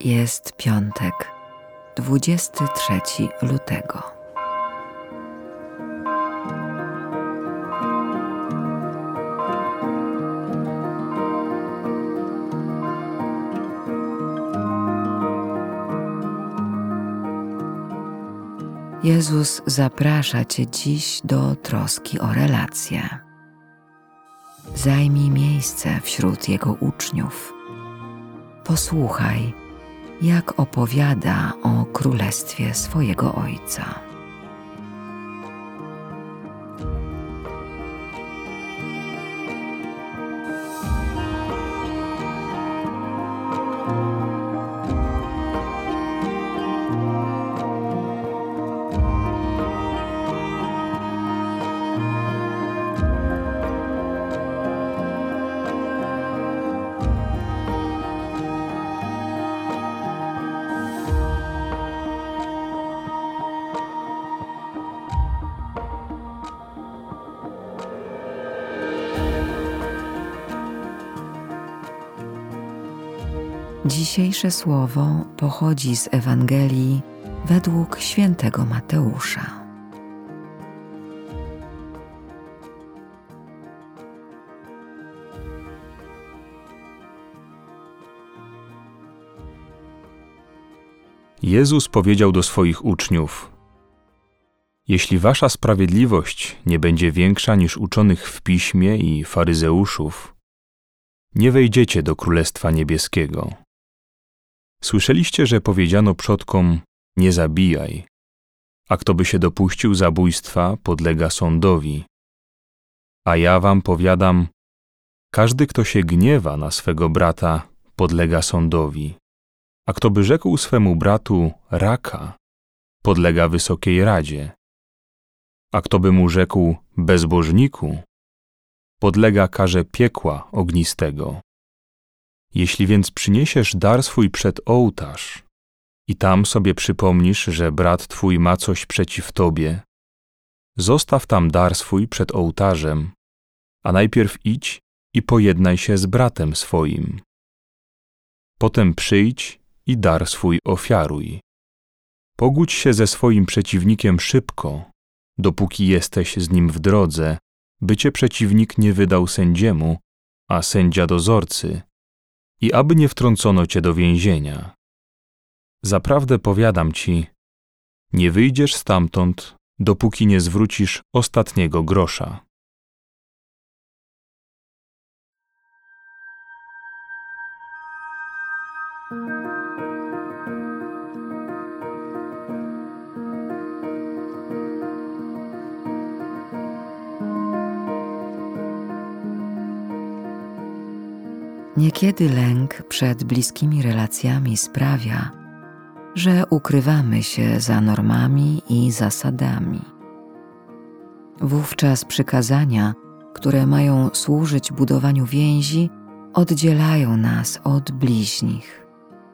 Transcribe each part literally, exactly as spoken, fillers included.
Jest piątek, dwudziestego trzeciego lutego. Jezus zaprasza Cię dziś do troski o relacje. Zajmij miejsce wśród Jego uczniów. Posłuchaj, jak opowiada o królestwie swojego Ojca. Dzisiejsze słowo pochodzi z Ewangelii według świętego Mateusza. Jezus powiedział do swoich uczniów: Jeśli wasza sprawiedliwość nie będzie większa niż uczonych w piśmie i faryzeuszów, nie wejdziecie do Królestwa Niebieskiego. Słyszeliście, że powiedziano przodkom: nie zabijaj, a kto by się dopuścił zabójstwa, podlega sądowi. A ja wam powiadam, każdy, kto się gniewa na swego brata, podlega sądowi, a kto by rzekł swemu bratu raka, podlega Wysokiej Radzie, a kto by mu rzekł bezbożniku, podlega karze piekła ognistego. Jeśli więc przyniesiesz dar swój przed ołtarz i tam sobie przypomnisz, że brat twój ma coś przeciw tobie, zostaw tam dar swój przed ołtarzem, a najpierw idź i pojednaj się z bratem swoim. Potem przyjdź i dar swój ofiaruj. Pogódź się ze swoim przeciwnikiem szybko, dopóki jesteś z nim w drodze, by cię przeciwnik nie wydał sędziemu, a sędzia dozorcy, i aby nie wtrącono cię do więzienia. Zaprawdę powiadam ci, nie wyjdziesz stamtąd, dopóki nie zwrócisz ostatniego grosza. Niekiedy lęk przed bliskimi relacjami sprawia, że ukrywamy się za normami i zasadami. Wówczas przykazania, które mają służyć budowaniu więzi, oddzielają nas od bliźnich.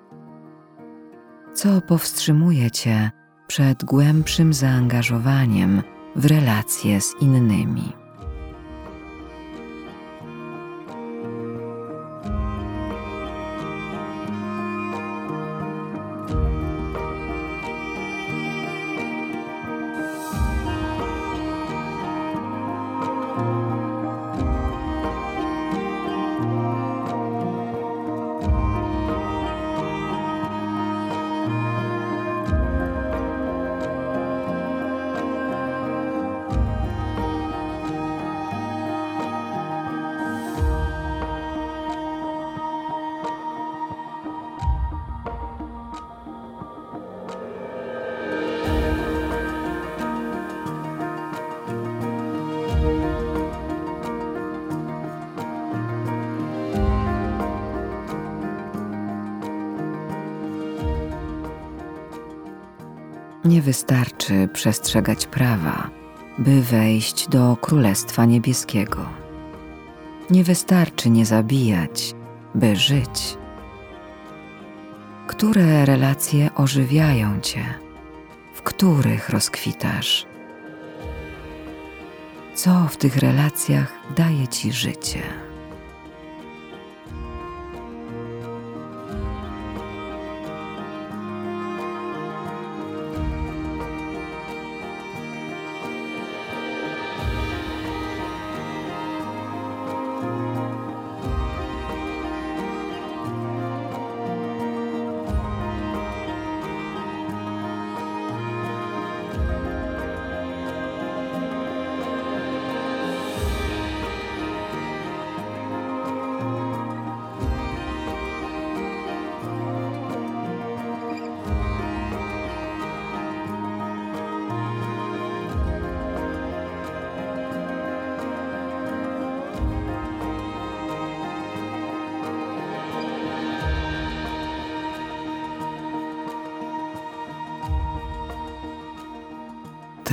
Co powstrzymuje Cię przed głębszym zaangażowaniem w relacje z innymi? Nie wystarczy przestrzegać prawa, by wejść do Królestwa Niebieskiego. Nie wystarczy nie zabijać, by żyć. Które relacje ożywiają Cię? W których rozkwitasz? Co w tych relacjach daje Ci życie?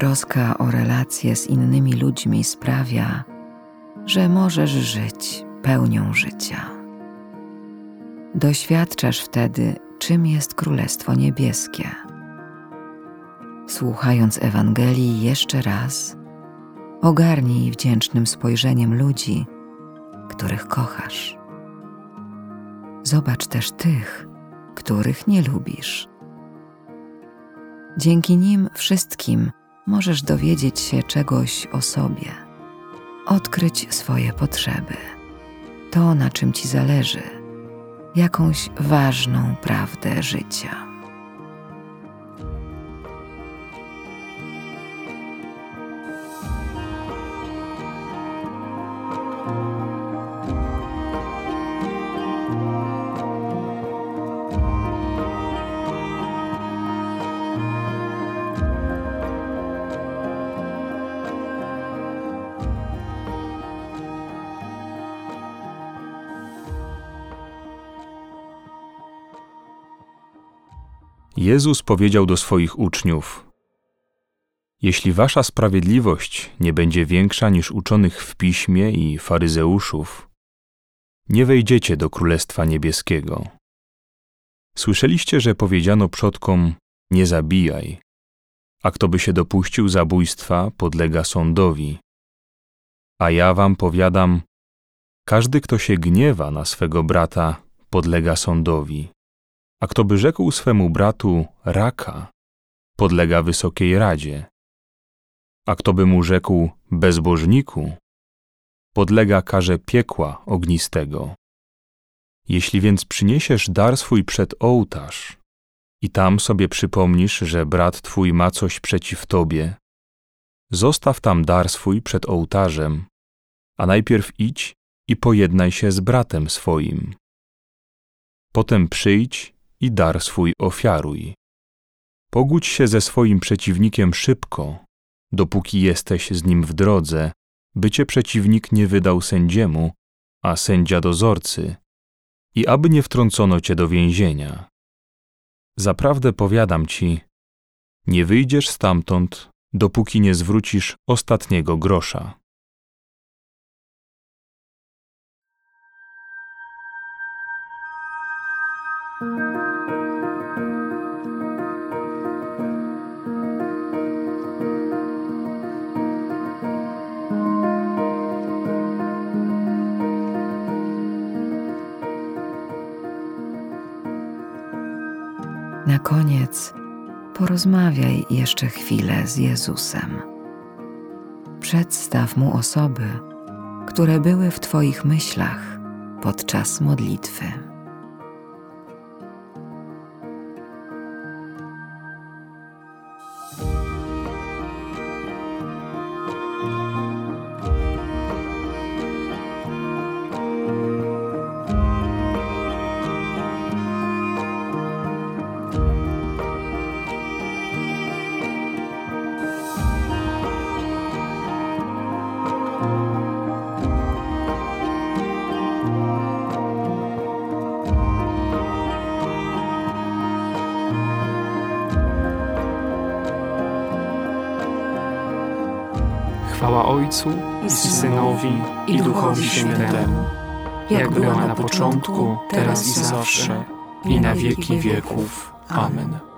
Troska o relacje z innymi ludźmi sprawia, że możesz żyć pełnią życia. Doświadczasz wtedy, czym jest Królestwo Niebieskie. Słuchając Ewangelii jeszcze raz, ogarnij wdzięcznym spojrzeniem ludzi, których kochasz. Zobacz też tych, których nie lubisz. Dzięki nim wszystkim możesz dowiedzieć się czegoś o sobie, odkryć swoje potrzeby, to, na czym ci zależy, jakąś ważną prawdę życia. Jezus powiedział do swoich uczniów: Jeśli wasza sprawiedliwość nie będzie większa niż uczonych w piśmie i faryzeuszów, nie wejdziecie do Królestwa Niebieskiego. Słyszeliście, że powiedziano przodkom: nie zabijaj, a kto by się dopuścił zabójstwa, podlega sądowi. A ja wam powiadam, każdy, kto się gniewa na swego brata, podlega sądowi. A kto by rzekł swemu bratu raka, podlega wysokiej radzie. A kto by mu rzekł bezbożniku, podlega karze piekła ognistego. Jeśli więc przyniesiesz dar swój przed ołtarz i tam sobie przypomnisz, że brat twój ma coś przeciw tobie, zostaw tam dar swój przed ołtarzem, a najpierw idź i pojednaj się z bratem swoim. Potem przyjdź i dar swój ofiaruj. Pogódź się ze swoim przeciwnikiem szybko, dopóki jesteś z nim w drodze, by cię przeciwnik nie wydał sędziemu, a sędzia dozorcy, i aby nie wtrącono cię do więzienia. Zaprawdę powiadam ci, nie wyjdziesz stamtąd, dopóki nie zwrócisz ostatniego grosza. Na koniec porozmawiaj jeszcze chwilę z Jezusem. Przedstaw Mu osoby, które były w Twoich myślach podczas modlitwy. Chwała Ojcu i Synowi i Duchowi Świętemu, jak była na początku, teraz i zawsze, i na wieki wieków. Amen.